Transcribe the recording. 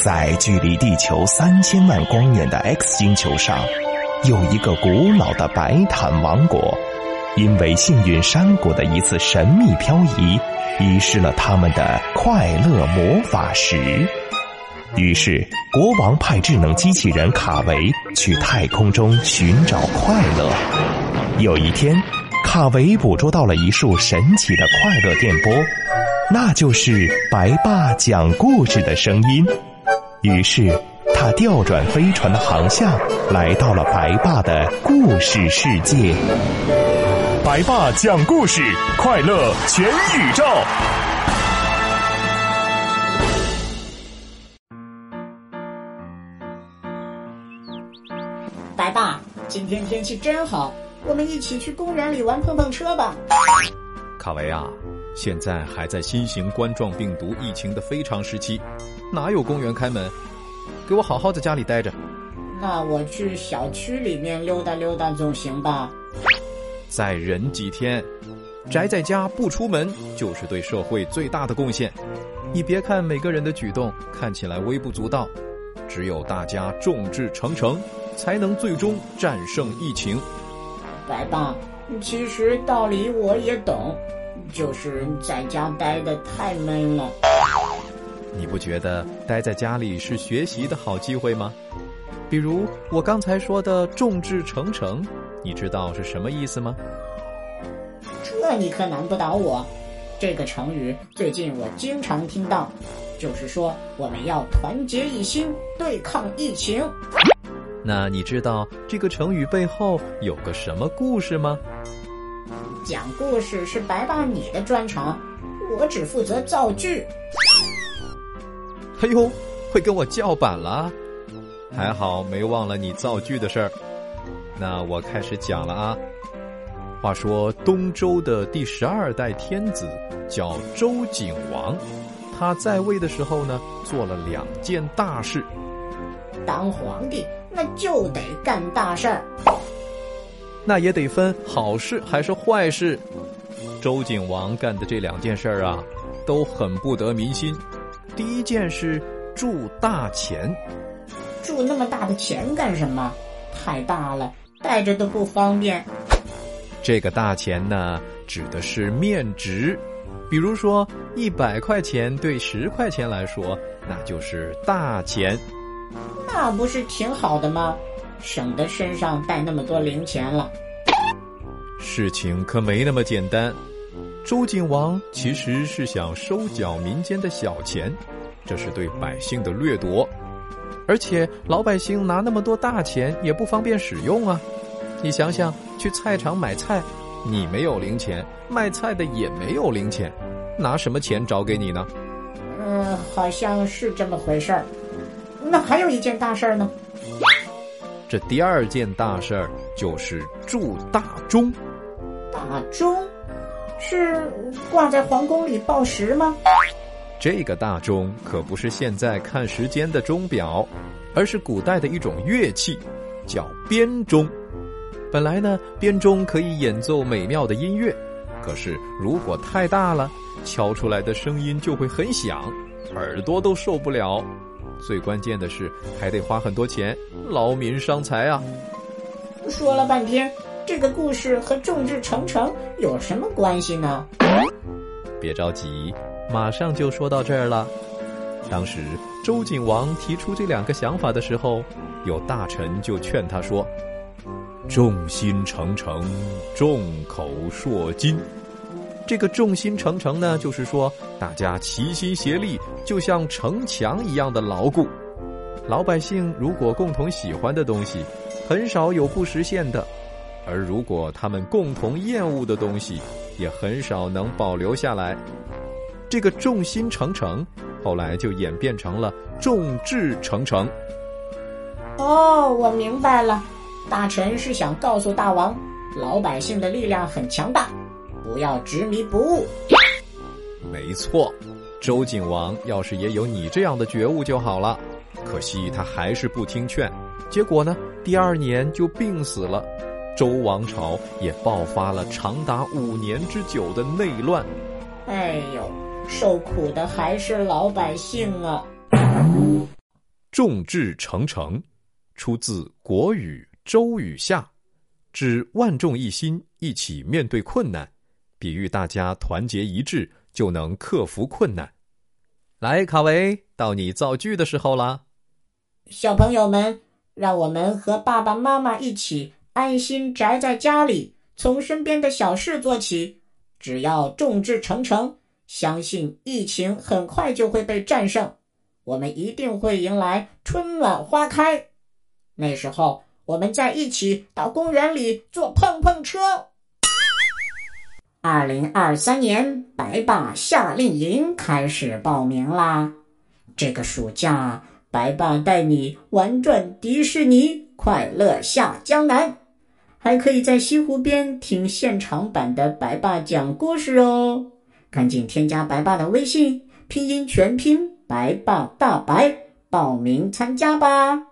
在距离地球3000万光年的 X 星球上，有一个古老的白毯王国，因为幸运山谷的一次神秘漂移，遗失了他们的快乐魔法石。于是国王派智能机器人卡维去太空中寻找快乐。有一天，卡维捕捉到了一束神奇的快乐电波，那就是白爸讲故事的声音。于是他调转飞船的航向，来到了白爸的故事世界。白爸讲故事，快乐全宇宙。 白爸，今天天气真好，我们一起去公园里玩碰碰车吧。 卡维啊，现在还在新型冠状病毒疫情的非常时期，哪有公园开门？给我好好在家里待着。 那我去小区里面溜达溜达总行吧？ 再忍几天，宅在家不出门就是对社会最大的贡献。你别看每个人的举动看起来微不足道，只有大家众志成城，才能最终战胜疫情。 白爸，其实道理我也懂，就是在家待得太闷了。 你不觉得待在家里是学习的好机会吗？比如我刚才说的众志成城，你知道是什么意思吗？ 这你可难不倒我。这个成语最近我经常听到，就是说我们要团结一心对抗疫情。 那你知道这个成语背后有个什么故事吗？ 讲故事是白爸你的专长，我只负责造句。 哎呦，会跟我叫板了，还好没忘了你造句的事儿。那我开始讲了啊。话说东周的第12代天子叫周景王，他在位的时候呢，做了2件大事。 当皇帝那就得干大事儿， 那也得分好事还是坏事。周景王干的这2件事儿啊，都很不得民心。第一件是铸大钱。 铸那么大的钱干什么？太大了，带着都不方便。 这个大钱呢，指的是面值。比如说100块钱对10块钱来说，那就是大钱。 那不是挺好的吗？省得身上带那么多零钱了。 事情可没那么简单。周景王其实是想收缴民间的小钱，这是对百姓的掠夺。而且老百姓拿那么多大钱也不方便使用啊。你想想，去菜场买菜，你没有零钱，卖菜的也没有零钱，拿什么钱找给你呢？ 好像是这么回事儿。那还有一件大事儿呢。 这第2件大事儿就是铸大钟。 大钟是挂在皇宫里报时吗？ 这个大钟可不是现在看时间的钟表，而是古代的一种乐器，叫编钟。本来呢，编钟可以演奏美妙的音乐，可是如果太大了，敲出来的声音就会很响，耳朵都受不了。最关键的是还得花很多钱，劳民伤财啊。 说了半天，这个故事和众志成城有什么关系呢？ 别着急，马上就说到这儿了。当时周景王提出这2个想法的时候，有大臣就劝他说，众心成城，众口铄金。这个众心成城呢，就是说大家齐心协力，就像城墙一样的牢固。老百姓如果共同喜欢的东西，很少有不实现的，而如果他们共同厌恶的东西，也很少能保留下来。这个众心成城后来就演变成了众志成城。 哦，我明白了，大臣是想告诉大王，老百姓的力量很强大，不要执迷不悟。 没错，周景王要是也有你这样的觉悟就好了。可惜他还是不听劝，结果呢，第2年就病死了。周王朝也爆发了长达5年之久的内乱。 哎呦，受苦的还是老百姓啊。 众志成城，出自国语《周语下》，指万众一心，一起面对困难，比喻大家团结一致就能克服困难。来，卡维，到你造句的时候啦。 小朋友们，让我们和爸爸妈妈一起安心宅在家里，从身边的小事做起，只要众志成城，相信疫情很快就会被战胜，我们一定会迎来春暖花开。那时候我们再一起到公园里坐碰碰车。2023年白爸夏令营开始报名啦！这个暑假，白爸带你玩转迪士尼，快乐下江南，还可以在西湖边听现场版的白爸讲故事哦。赶紧添加白爸的微信，拼音全拼白爸大白，报名参加吧。